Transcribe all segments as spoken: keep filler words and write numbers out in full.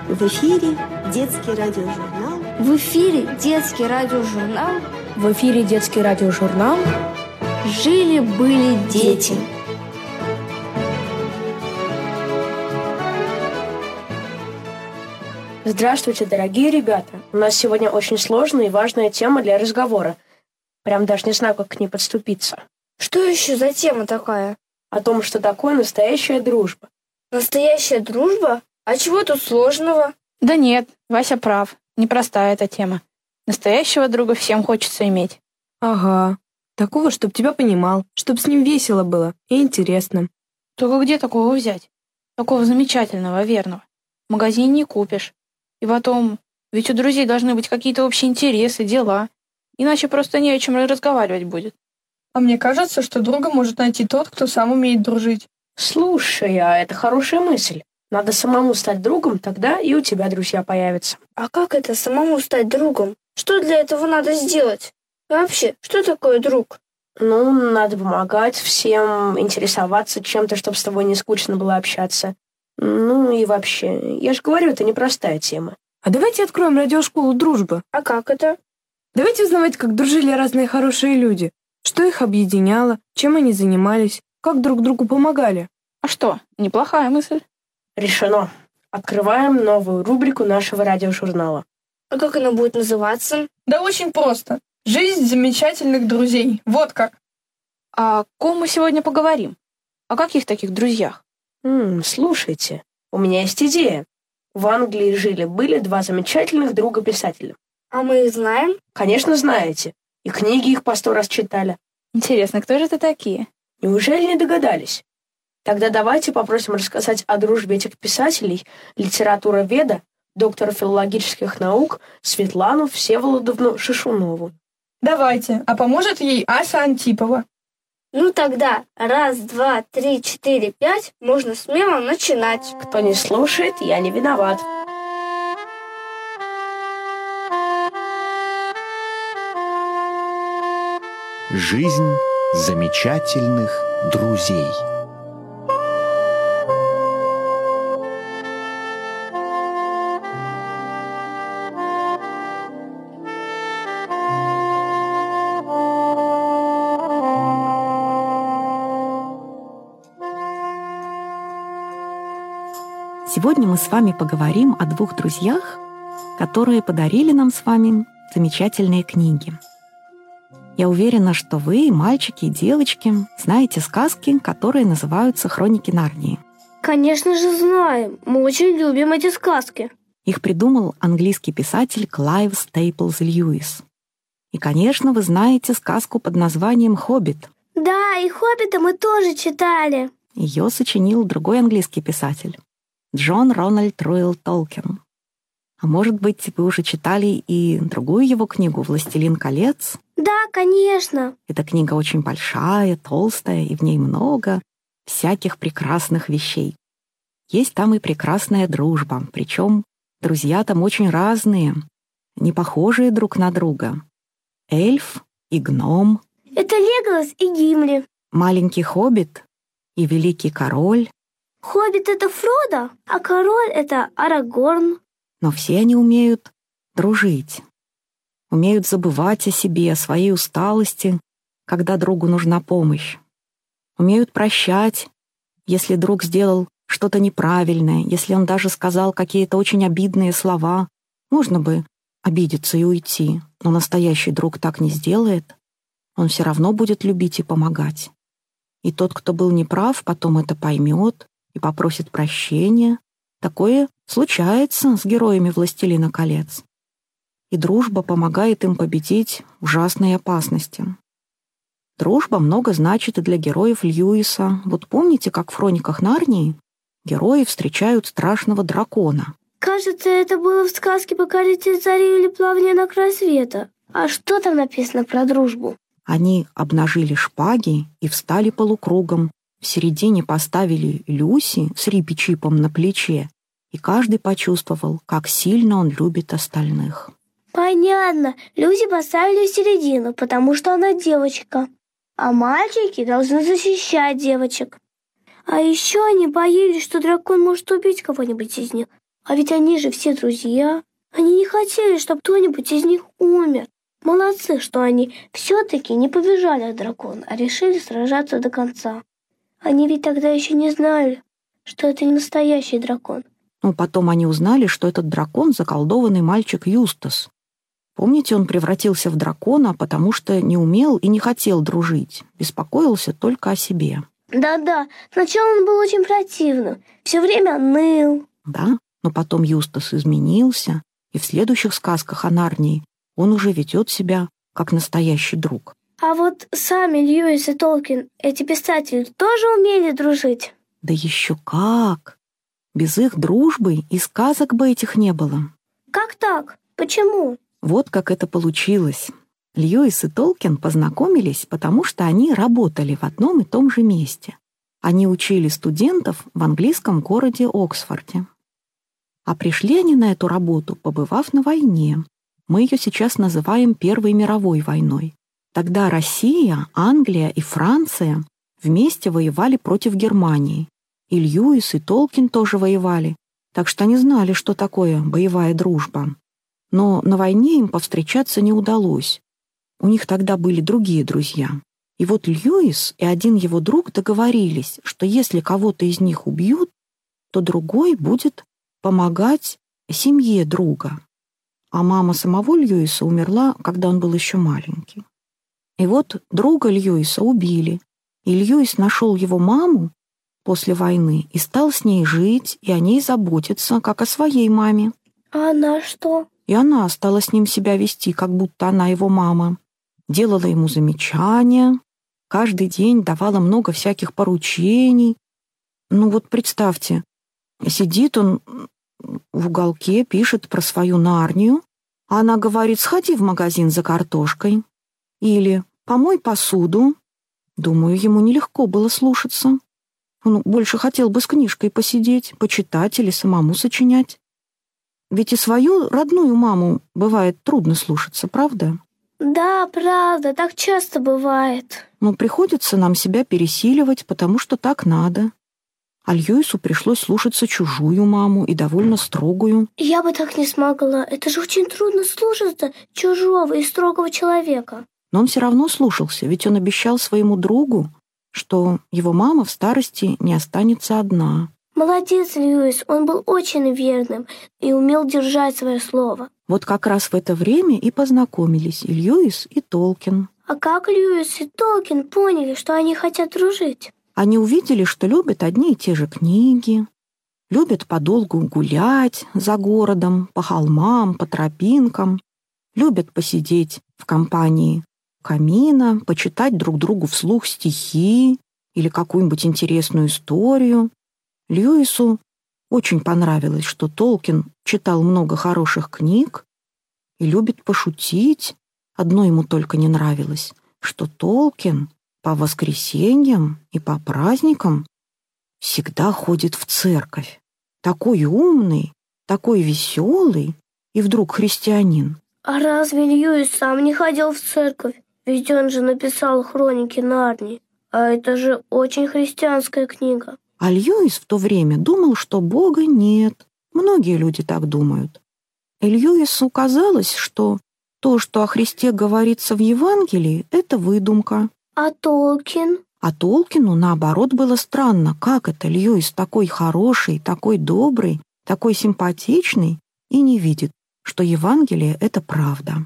В эфире детский радиожурнал. В эфире детский радиожурнал. В эфире детский радиожурнал. Жили-были дети. Здравствуйте, дорогие ребята. У нас сегодня очень сложная и важная тема для разговора. Прям даже не знаю, как к ней подступиться. Что еще за тема такая? О том, что такое настоящая дружба. Настоящая дружба? А чего тут сложного? Да нет, Вася прав. Непростая эта тема. Настоящего друга всем хочется иметь. Ага. Такого, чтоб тебя понимал, чтоб с ним весело было и интересно. Только где такого взять? Такого замечательного, верного. В магазине не купишь. И потом, ведь у друзей должны быть какие-то общие интересы, дела. Иначе просто не о чем разговаривать будет. А мне кажется, что друга может найти тот, кто сам умеет дружить. Слушай, а это хорошая мысль. Надо самому стать другом, тогда и у тебя друзья появятся. А как это самому стать другом? Что для этого надо сделать? И вообще, что такое друг? Ну, надо помогать всем, интересоваться чем-то, чтобы с тобой не скучно было общаться. Ну и вообще, я же говорю, это непростая тема. А давайте откроем радиошколу «Дружба». А как это? Давайте узнавать, как дружили разные хорошие люди. Что их объединяло, чем они занимались, как друг другу помогали. А что, неплохая мысль. Решено. Открываем новую рубрику нашего радиожурнала. А как она будет называться? Да очень просто. Жизнь замечательных друзей. Вот как. А о ком мы сегодня поговорим? О каких таких друзьях? М-м, слушайте, у меня есть идея. В Англии жили-были два замечательных друга-писателя. А мы их знаем? Конечно, знаете. И книги их по сто раз читали. Интересно, кто же это такие? Неужели не догадались? Тогда давайте попросим рассказать о дружбе этих писателей литературоведа, доктора филологических наук Светлану Всеволодовну Шишунову. Давайте, а поможет ей Ася Антипова. Ну тогда раз, два, три, четыре, пять можно смело начинать. Кто не слушает, я не виноват. Жизнь замечательных друзей. Сегодня мы с вами поговорим о двух друзьях, которые подарили нам с вами замечательные книги. Я уверена, что вы, мальчики и девочки, знаете сказки, которые называются «Хроники Нарнии». Конечно же знаем. Мы очень любим эти сказки. Их придумал английский писатель Клайв Стейплз Льюис. И, конечно, вы знаете сказку под названием «Хоббит». Да, и «Хоббита» мы тоже читали. Ее сочинил другой английский писатель Джон Рональд Руэлл Толкин. А может быть, вы уже читали и другую его книгу «Властелин колец»? Да, конечно. Эта книга очень большая, толстая, и в ней много всяких прекрасных вещей. Есть там и прекрасная дружба, причем друзья там очень разные, не похожие друг на друга. Эльф и гном. Это Леголас и Гимли. Маленький хоббит и великий король. Хоббит — это Фродо, а король — это Арагорн. Но все они умеют дружить, умеют забывать о себе, о своей усталости, когда другу нужна помощь. Умеют прощать, если друг сделал что-то неправильное, если он даже сказал какие-то очень обидные слова. Можно бы обидеться и уйти, но настоящий друг так не сделает. Он все равно будет любить и помогать. И тот, кто был неправ, потом это поймет и попросит прощения. Такое случается с героями «Властелина колец». И дружба помогает им победить ужасные опасности. Дружба много значит и для героев Льюиса. Вот помните, как в «Хрониках Нарнии» герои встречают страшного дракона? Кажется, это было в сказке «Покоритель царей» или «Плавание на край света». А что там написано про дружбу? Они обнажили шпаги и встали полукругом. В середине поставили Люси с Рипи-Чипом на плече, и каждый почувствовал, как сильно он любит остальных. Понятно. Люси поставили в середину, потому что она девочка. А мальчики должны защищать девочек. А еще они боялись, что дракон может убить кого-нибудь из них. А ведь они же все друзья. Они не хотели, чтобы кто-нибудь из них умер. Молодцы, что они все-таки не побежали от дракона, а решили сражаться до конца. Они ведь тогда еще не знали, что это не настоящий дракон. Ну, потом они узнали, что этот дракон — заколдованный мальчик Юстас. Помните, он превратился в дракона, потому что не умел и не хотел дружить, беспокоился только о себе. Да-да, сначала он был очень противным, все время ныл. Да, но потом Юстас изменился, и в следующих сказках о Нарнии он уже ведет себя как настоящий друг. А вот сами Льюис и Толкин, эти писатели, тоже умели дружить? Да еще как! Без их дружбы и сказок бы этих не было. Как так? Почему? Вот как это получилось. Льюис и Толкин познакомились, потому что они работали в одном и том же месте. Они учили студентов в английском городе Оксфорде. А пришли они на эту работу, побывав на войне. Мы ее сейчас называем Первой мировой войной. Тогда Россия, Англия и Франция вместе воевали против Германии. И Льюис, и Толкин тоже воевали, так что они знали, что такое боевая дружба. Но на войне им повстречаться не удалось. У них тогда были другие друзья. И вот Льюис и один его друг договорились, что если кого-то из них убьют, то другой будет помогать семье друга. А мама самого Льюиса умерла, когда он был еще маленький. И вот друга Льюиса убили, и Льюис нашел его маму после войны и стал с ней жить и о ней заботиться, как о своей маме. А она что? И она стала с ним себя вести, как будто она его мама. Делала ему замечания, каждый день давала много всяких поручений. Ну вот представьте, сидит он в уголке, пишет про свою Нарнию, а она говорит: сходи в магазин за картошкой или помой посуду. Думаю, ему нелегко было слушаться. Он больше хотел бы с книжкой посидеть, почитать или самому сочинять. Ведь и свою родную маму бывает трудно слушаться, правда? Да, правда, так часто бывает. Но приходится нам себя пересиливать, потому что так надо. А Льюису пришлось слушаться чужую маму, и довольно строгую. Я бы так не смогла. Это же очень трудно слушаться чужого и строгого человека. Но он все равно слушался, ведь он обещал своему другу, что его мама в старости не останется одна. Молодец, Льюис, он был очень верным и умел держать свое слово. Вот как раз в это время и познакомились и Льюис, и Толкин. А как Льюис и Толкин поняли, что они хотят дружить? Они увидели, что любят одни и те же книги, любят подолгу гулять за городом, по холмам, по тропинкам, любят посидеть в компании камина, почитать друг другу вслух стихи или какую-нибудь интересную историю. Льюису очень понравилось, что Толкин читал много хороших книг и любит пошутить. Одно ему только не нравилось, что Толкин по воскресеньям и по праздникам всегда ходит в церковь. Такой умный, такой веселый и вдруг христианин. А разве Льюис сам не ходил в церковь? Ведь он же написал «Хроники Нарнии», а это же очень христианская книга. А Льюис в то время думал, что Бога нет. Многие люди так думают. И Льюису казалось, что то, что о Христе говорится в Евангелии, это выдумка. А Толкин? А Толкину, наоборот, было странно, как это Льюис такой хороший, такой добрый, такой симпатичный и не видит, что Евангелие — это правда.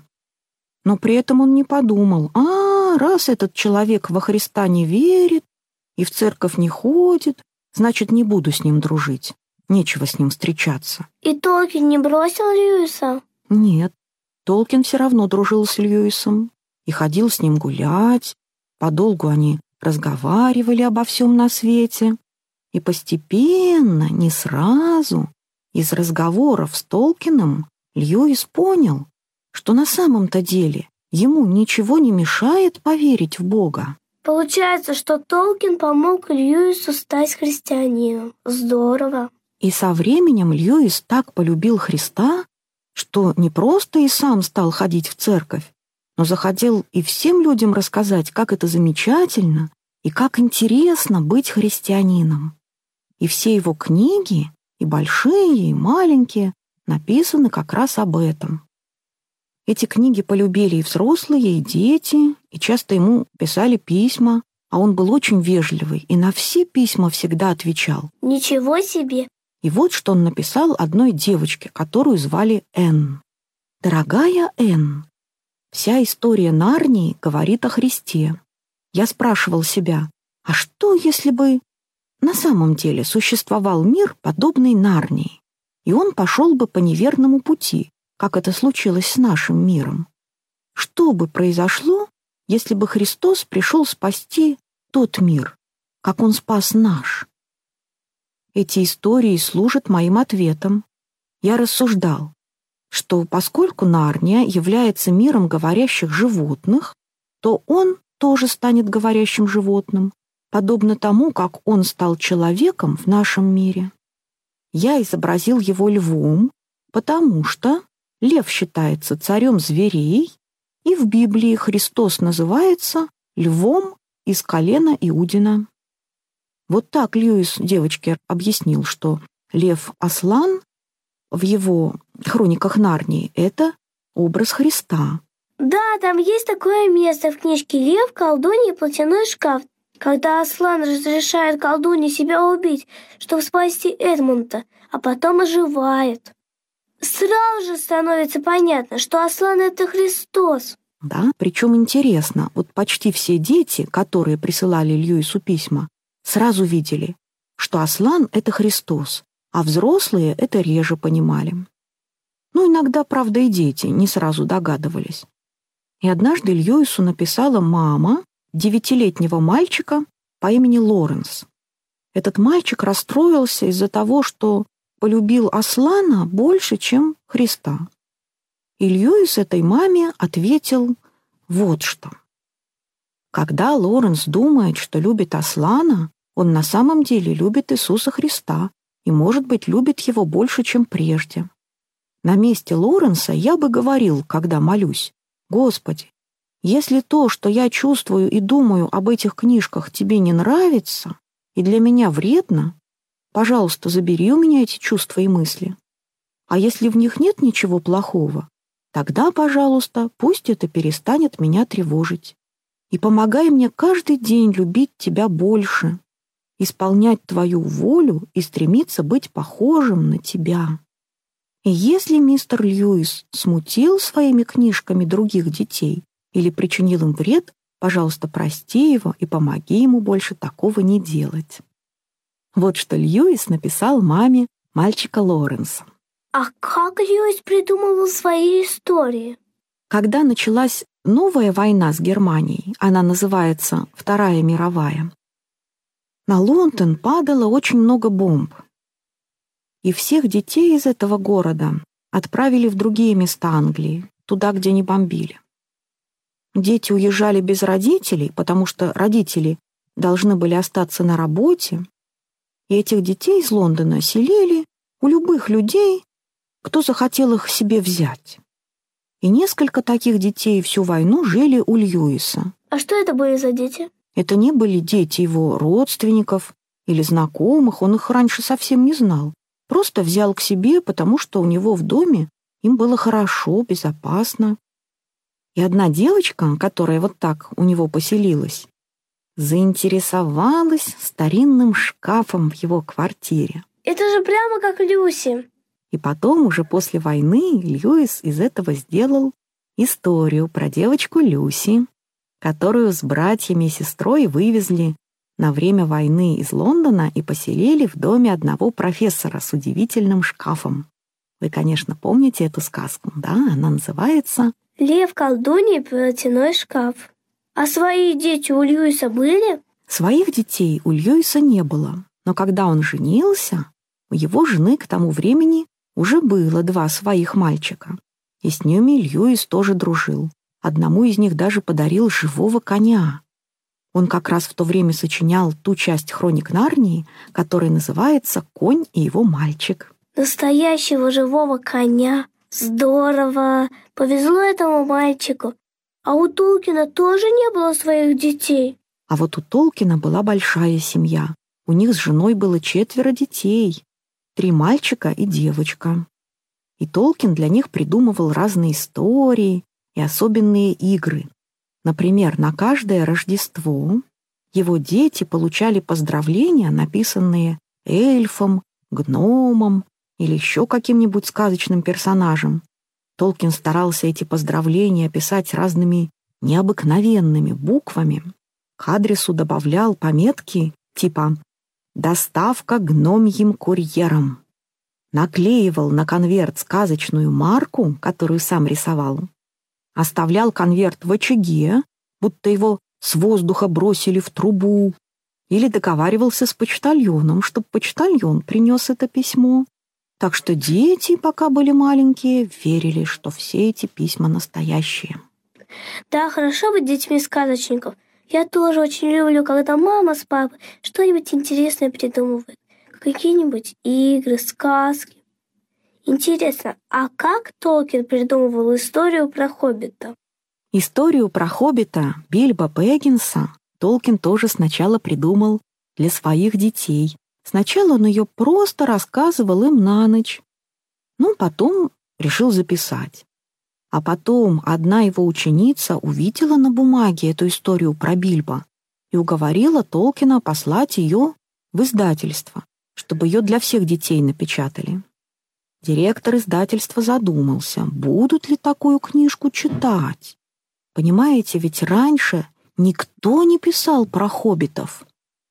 Но при этом он не подумал: а, раз этот человек во Христа не верит и в церковь не ходит, значит, не буду с ним дружить, нечего с ним встречаться. И Толкин не бросил Льюиса? Нет, Толкин все равно дружил с Льюисом и ходил с ним гулять. Подолгу они разговаривали обо всем на свете. И постепенно, не сразу, из разговоров с Толкином Льюис понял, что на самом-то деле ему ничего не мешает поверить в Бога. Получается, что Толкин помог Льюису стать христианином. Здорово. И со временем Льюис так полюбил Христа, что не просто и сам стал ходить в церковь, но захотел и всем людям рассказать, как это замечательно и как интересно быть христианином. И все его книги И большие, и маленькие написаны как раз об этом. Эти книги полюбили и взрослые, и дети, и часто ему писали письма, а он был очень вежливый и на все письма всегда отвечал. Ничего себе! И вот что он написал одной девочке, которую звали Энн. «Дорогая Энн, вся история Нарнии говорит о Христе. Я спрашивал себя, а что, если бы на самом деле существовал мир, подобный Нарнии, и он пошел бы по неверному пути, как это случилось с нашим миром? Что бы произошло, если бы Христос пришел спасти тот мир, как он спас наш?» Эти истории служат моим ответом. Я рассуждал, что поскольку Нарния является миром говорящих животных, то он тоже станет говорящим животным, подобно тому, как он стал человеком в нашем мире. Я изобразил его львом, потому что лев считается царем зверей, и в Библии Христос называется львом из колена Иудина. Вот так Льюис девочке объяснил, что лев Аслан в его хрониках Нарнии — это образ Христа. Да, там есть такое место в книжке «Лев, колдунья и платяной шкаф», когда Аслан разрешает колдунье себя убить, чтобы спасти Эдмунда, а потом оживает. Сразу же становится понятно, что Аслан — это Христос. Да, причем интересно, вот почти все дети, которые присылали Льюису письма, сразу видели, что Аслан — это Христос, а взрослые это реже понимали. Ну, иногда, правда, и дети не сразу догадывались. И однажды Льюису написала мама девятилетнего мальчика по имени Лоренс. Этот мальчик расстроился из-за того, что полюбил Аслана больше, чем Христа. И Льюис этой маме ответил вот что. Когда Лоренс думает, что любит Аслана, он на самом деле любит Иисуса Христа и, может быть, любит его больше, чем прежде. На месте Лоренса я бы говорил, когда молюсь: «Господи, если то, что я чувствую и думаю об этих книжках, тебе не нравится и для меня вредно, пожалуйста, забери у меня эти чувства и мысли. А если в них нет ничего плохого, тогда, пожалуйста, пусть это перестанет меня тревожить. И помогай мне каждый день любить тебя больше, исполнять твою волю и стремиться быть похожим на тебя». И если мистер Льюис смутил своими книжками других детей или причинил им вред, пожалуйста, прости его и помоги ему больше такого не делать. Вот что Льюис написал маме мальчика Лоренса. А как Льюис придумывал свои истории? Когда началась новая война с Германией, она называется Вторая мировая, на Лондон падало очень много бомб. И всех детей из этого города отправили в другие места Англии, туда, где не бомбили. Дети уезжали без родителей, потому что родители должны были остаться на работе, и этих детей из Лондона селили у любых людей, кто захотел их себе взять. И несколько таких детей всю войну жили у Льюиса. А что это были за дети? Это не были дети его родственников или знакомых, он их раньше совсем не знал. Просто взял к себе, потому что у него в доме им было хорошо, безопасно. И одна девочка, которая вот так у него поселилась, заинтересовалась старинным шкафом в его квартире. Это же прямо как Люси. И потом, уже после войны, Льюис из этого сделал историю про девочку Люси, которую с братьями и сестрой вывезли на время войны из Лондона и поселили в доме одного профессора с удивительным шкафом. Вы, конечно, помните эту сказку, да? Она называется «Лев, колдунья и платяной шкаф». А свои дети у Льюиса были? Своих детей у Льюиса не было, но когда он женился, у его жены к тому времени уже было два своих мальчика, и с ними Льюис тоже дружил. Одному из них даже подарил живого коня. Он как раз в то время сочинял ту часть хроник Нарнии, которая называется «Конь и его мальчик». Настоящего живого коня. Здорово. Повезло этому мальчику. А у Толкина тоже не было своих детей. А вот у Толкина была большая семья. У них с женой было четверо детей. три мальчика и девочка. И Толкин для них придумывал разные истории и особенные игры. Например, на каждое Рождество его дети получали поздравления, написанные эльфом, гномом или еще каким-нибудь сказочным персонажем. Толкин старался эти поздравления писать разными необыкновенными буквами. К адресу добавлял пометки типа «Доставка гномьим курьером». Наклеивал на конверт сказочную марку, которую сам рисовал. Оставлял конверт в очаге, будто его с воздуха бросили в трубу. Или договаривался с почтальоном, чтобы почтальон принес это письмо. Так что дети, пока были маленькие, верили, что все эти письма настоящие. Да, хорошо быть детьми сказочников. Я тоже очень люблю, когда мама с папой что-нибудь интересное придумывают. Какие-нибудь игры, сказки. Интересно, а как Толкин придумывал историю про Хоббита? Историю про Хоббита Бильбо Бэггинса Толкин тоже сначала придумал для своих детей. Сначала он ее просто рассказывал им на ночь. Ну, потом решил записать. А потом одна его ученица увидела на бумаге эту историю про Бильбо и уговорила Толкина послать ее в издательство, чтобы ее для всех детей напечатали. Директор издательства задумался, будут ли такую книжку читать. Понимаете, ведь раньше никто не писал про хоббитов.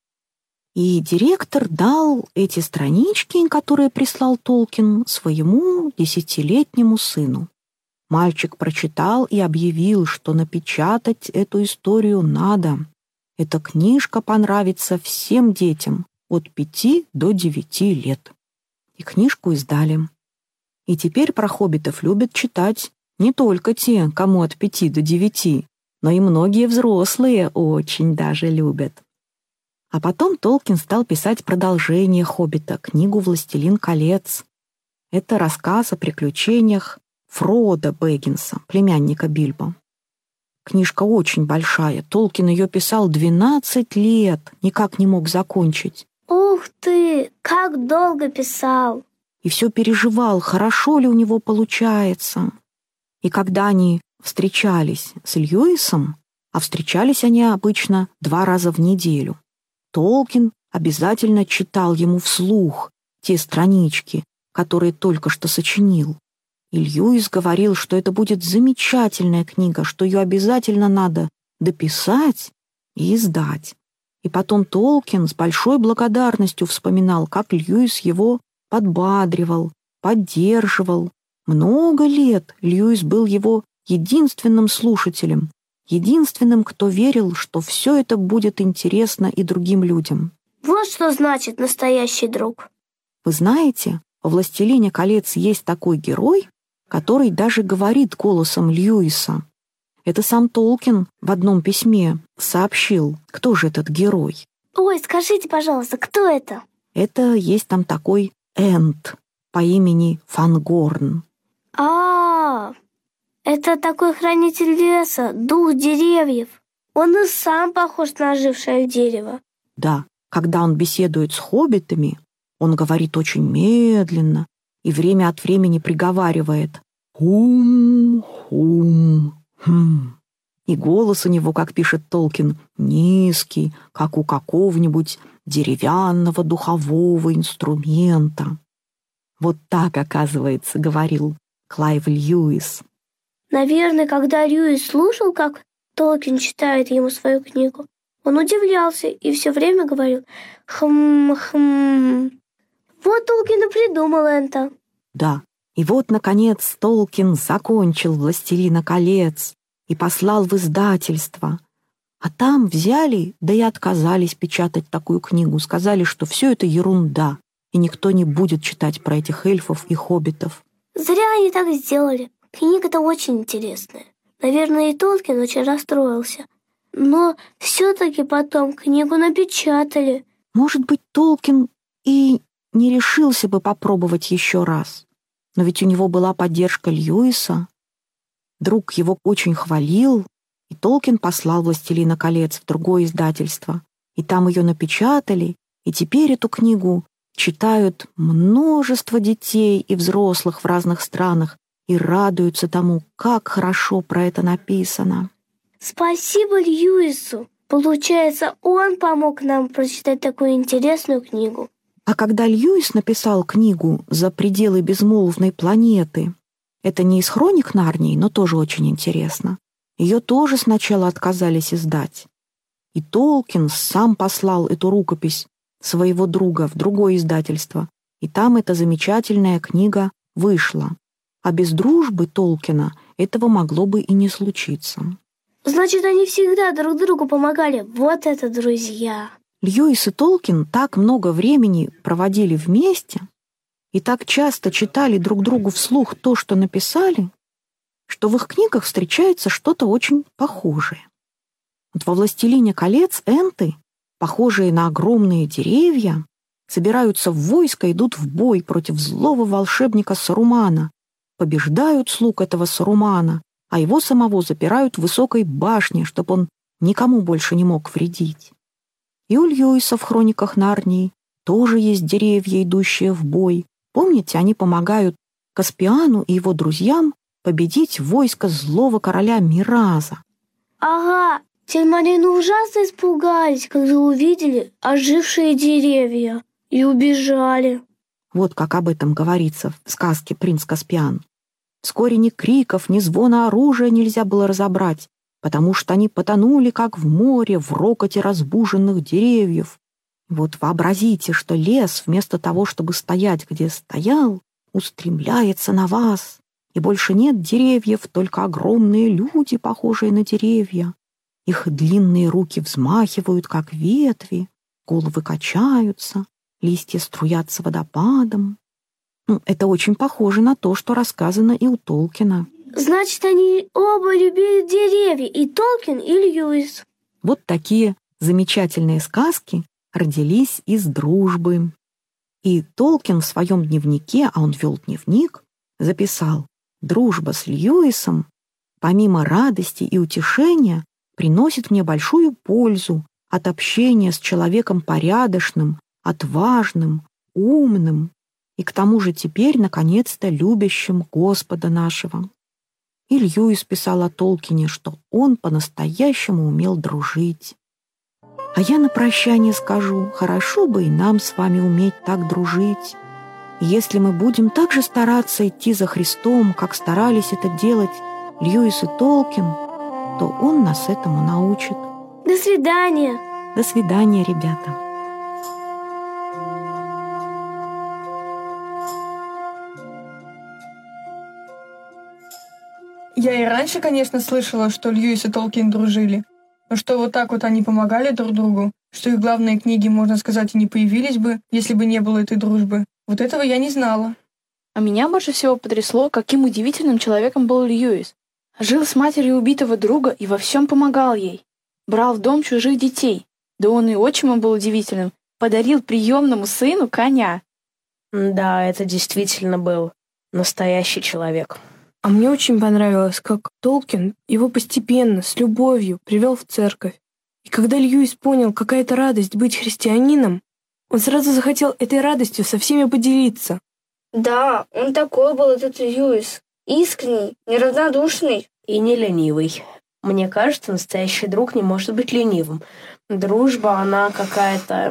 И директор дал эти странички, которые прислал Толкин, своему десятилетнему сыну. Мальчик прочитал и объявил, что напечатать эту историю надо. Эта книжка понравится всем детям от пяти до девяти лет. И книжку издали. И теперь про хоббитов любят читать не только те, кому от пяти до девяти, но и многие взрослые очень даже любят. А потом Толкин стал писать продолжение «Хоббита», книгу «Властелин колец». Это рассказ о приключениях Фродо Бэггинса, племянника Бильбо. Книжка очень большая. Толкин ее писал двенадцать лет, никак не мог закончить. Ух ты, как долго писал! И все переживал, хорошо ли у него получается. И когда они встречались с Льюисом, а встречались они обычно два раза в неделю, Толкин обязательно читал ему вслух те странички, которые только что сочинил. И Льюис говорил, что это будет замечательная книга, что ее обязательно надо дописать и издать. И потом Толкин с большой благодарностью вспоминал, как Льюис его подбадривал, поддерживал. Много лет Льюис был его единственным слушателем, единственным, кто верил, что все это будет интересно и другим людям. Вот что значит настоящий друг. Вы знаете, в «Властелине колец» есть такой герой, который даже говорит голосом Льюиса. Это сам Толкин в одном письме сообщил, кто же этот герой. Ой, скажите, пожалуйста, кто это? Это есть там такой Энт по имени Фангорн. А, это такой хранитель леса, дух деревьев. Он и сам похож на ожившее дерево. Да, когда он беседует с хоббитами, он говорит очень медленно и время от времени приговаривает «хум-хум». Хм. И голос у него, как пишет Толкин, низкий, как у какого-нибудь деревянного духового инструмента. Вот так, оказывается, говорил Клайв Льюис. Наверное, когда Льюис слушал, как Толкин читает ему свою книгу, он удивлялся и все время говорил «хм-хм». Вот Толкин и придумал это. Да. И вот, наконец, Толкин закончил «Властелина колец» и послал в издательство. А там взяли, да и отказались печатать такую книгу. Сказали, что все это ерунда, и никто не будет читать про этих эльфов и хоббитов. Зря они так сделали. Книга-то очень интересная. Наверное, и Толкин очень расстроился. Но все-таки потом книгу напечатали. Может быть, Толкин и не решился бы попробовать еще раз. Но ведь у него была поддержка Льюиса. Друг его очень хвалил, и Толкин послал «Властелина колец» в другое издательство. И там ее напечатали, и теперь эту книгу читают множество детей и взрослых в разных странах и радуются тому, как хорошо про это написано. Спасибо Льюису. Получается, он помог нам прочитать такую интересную книгу. А когда Льюис написал книгу «За пределы безмолвной планеты», это не из хроник Нарнии, но тоже очень интересно, ее тоже сначала отказались издать. И Толкин сам послал эту рукопись своего друга в другое издательство, и там эта замечательная книга вышла. А без дружбы Толкина этого могло бы и не случиться. Значит, они всегда друг другу помогали. Вот это друзья. Льюис и Толкин так много времени проводили вместе и так часто читали друг другу вслух то, что написали, что в их книгах встречается что-то очень похожее. Вот во «Властелине колец» энты, похожие на огромные деревья, собираются в войско, идут в бой против злого волшебника Сарумана, побеждают слуг этого Сарумана, а его самого запирают в высокой башне, чтобы он никому больше не мог вредить. И у Льюиса в хрониках Нарнии тоже есть деревья, идущие в бой. Помните, они помогают Каспиану и его друзьям победить войско злого короля Мираза. Ага, Сильмарины ужасно испугались, когда увидели ожившие деревья и убежали. Вот как об этом говорится в сказке «Принц Каспиан». Вскоре ни криков, ни звона оружия нельзя было разобрать, потому что они потонули, как в море, в рокоте разбуженных деревьев. Вот вообразите, что лес, вместо того, чтобы стоять, где стоял, устремляется на вас, и больше нет деревьев, только огромные люди, похожие на деревья. Их длинные руки взмахивают, как ветви, головы качаются, листья струятся водопадом. Ну, это очень похоже на то, что рассказано и у Толкина. Значит, они оба любили деревья, и Толкин, и Льюис. Вот такие замечательные сказки родились из дружбы. И Толкин в своем дневнике, а он вел дневник, записал: «Дружба с Льюисом, помимо радости и утешения, приносит мне большую пользу от общения с человеком порядочным, отважным, умным и к тому же теперь, наконец-то, любящим Господа нашего». И Льюис писал о Толкине, что он по-настоящему умел дружить. А я на прощание скажу, хорошо бы и нам с вами уметь так дружить. И если мы будем так же стараться идти за Христом, как старались это делать Льюис и Толкин, то он нас этому научит. До свидания. До свидания, ребята. Я и раньше, конечно, слышала, что Льюис и Толкин дружили, но что вот так вот они помогали друг другу, что их главные книги, можно сказать, и не появились бы, если бы не было этой дружбы. Вот этого я не знала. А меня больше всего потрясло, каким удивительным человеком был Льюис. Жил с матерью убитого друга и во всем помогал ей. Брал в дом чужих детей. Да он и отчимом был удивительным. Подарил приемному сыну коня. Да, это действительно был настоящий человек. А мне очень понравилось, как Толкин его постепенно, с любовью привел в церковь. И когда Льюис понял, какая это радость быть христианином, он сразу захотел этой радостью со всеми поделиться. Да, он такой был, этот Льюис. Искренний, неравнодушный. И не ленивый. Мне кажется, настоящий друг не может быть ленивым. Дружба, она какая-то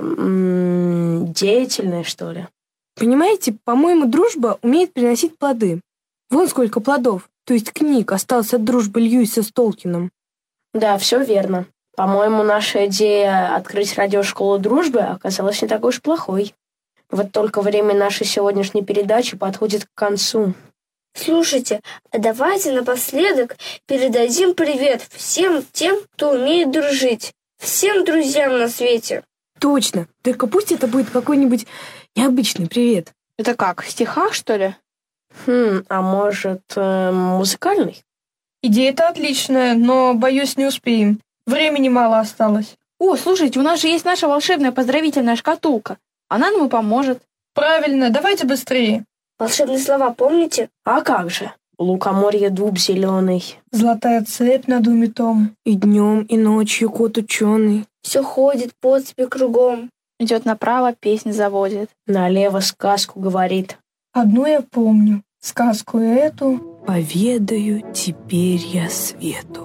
м-м, деятельная, что ли. Понимаете, по-моему, дружба умеет приносить плоды. Вон сколько плодов, то есть книг, осталось от дружбы Льюиса с Толкином. Да, все верно. По-моему, наша идея открыть радиошколу дружбы оказалась не такой уж плохой. Вот только время нашей сегодняшней передачи подходит к концу. Слушайте, а давайте напоследок передадим привет всем тем, кто умеет дружить. Всем друзьям на свете. Точно, только пусть это будет какой-нибудь необычный привет. Это как, в стихах, что ли? Хм, а может, э, музыкальный? Идея-то отличная, но, боюсь, не успеем. Времени мало осталось. О, слушайте, у нас же есть наша волшебная поздравительная шкатулка. Она нам и поможет. Правильно, давайте быстрее. Волшебные слова помните? А как же? Лукоморье дуб зеленый. Золотая цепь над уметом. И днем, и ночью кот ученый. Все ходит по цепи кругом. Идет направо, песнь заводит. Налево сказку говорит. Одну я помню, сказку эту. Поведаю теперь я свету.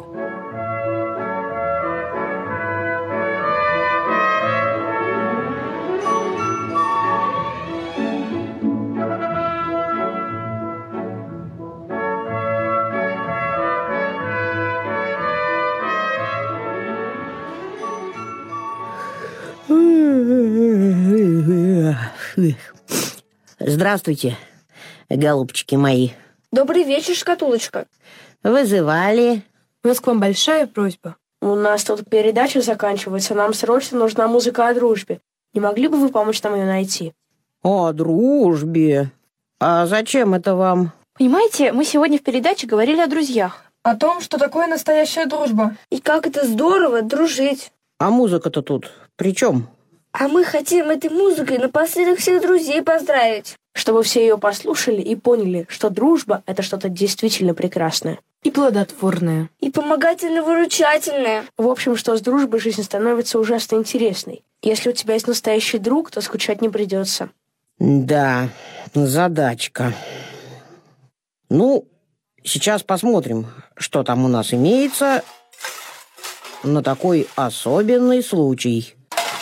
Здравствуйте, голубчики мои. Добрый вечер, Шкатулочка. Вызывали. У нас к вам большая просьба. У нас тут передача заканчивается, нам срочно нужна музыка о дружбе. Не могли бы вы помочь нам ее найти? О дружбе? А зачем это вам? Понимаете, мы сегодня в передаче говорили о друзьях. О том, что такое настоящая дружба. И как это здорово дружить. А музыка-то тут при чем? А мы хотим этой музыкой напоследок всех друзей поздравить. Чтобы все ее послушали и поняли, что дружба — это что-то действительно прекрасное. И плодотворная. И помогательно-выручательная. В общем, что с дружбой жизнь становится ужасно интересной. Если у тебя есть настоящий друг, то скучать не придется. Да, задачка. Ну, сейчас посмотрим, что там у нас имеется на такой особенный случай.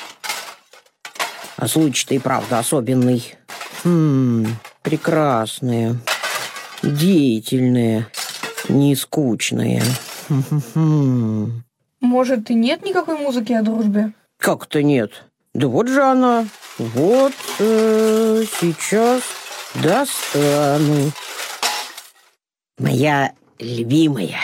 А случай-то и правда особенный. Хм, прекрасные, деятельные, не скучные. Может, и нет никакой музыки о дружбе? Как-то нет. Да вот же она. Вот э, сейчас достану. Моя любимая.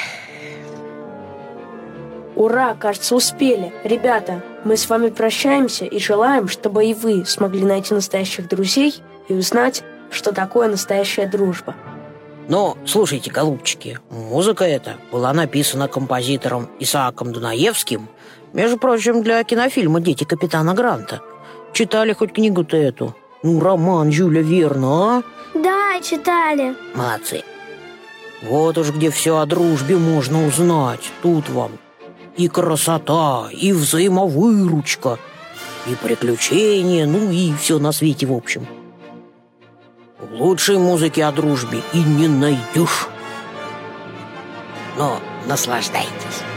Ура, кажется, успели. Ребята, мы с вами прощаемся и желаем, чтобы и вы смогли найти настоящих друзей и узнать, что такое настоящая дружба. Но, слушайте, голубчики, музыка эта была написана композитором Исааком Дунаевским, между прочим, для кинофильма «Дети капитана Гранта». Читали хоть книгу-то эту? Ну, роман Жюля Верна, а? Да, читали. Молодцы. Вот уж где все о дружбе можно узнать. Тут вам и красота, и взаимовыручка, и приключения, ну и все на свете в общем. Лучшей музыки о дружбе и не найдешь. Но наслаждайтесь.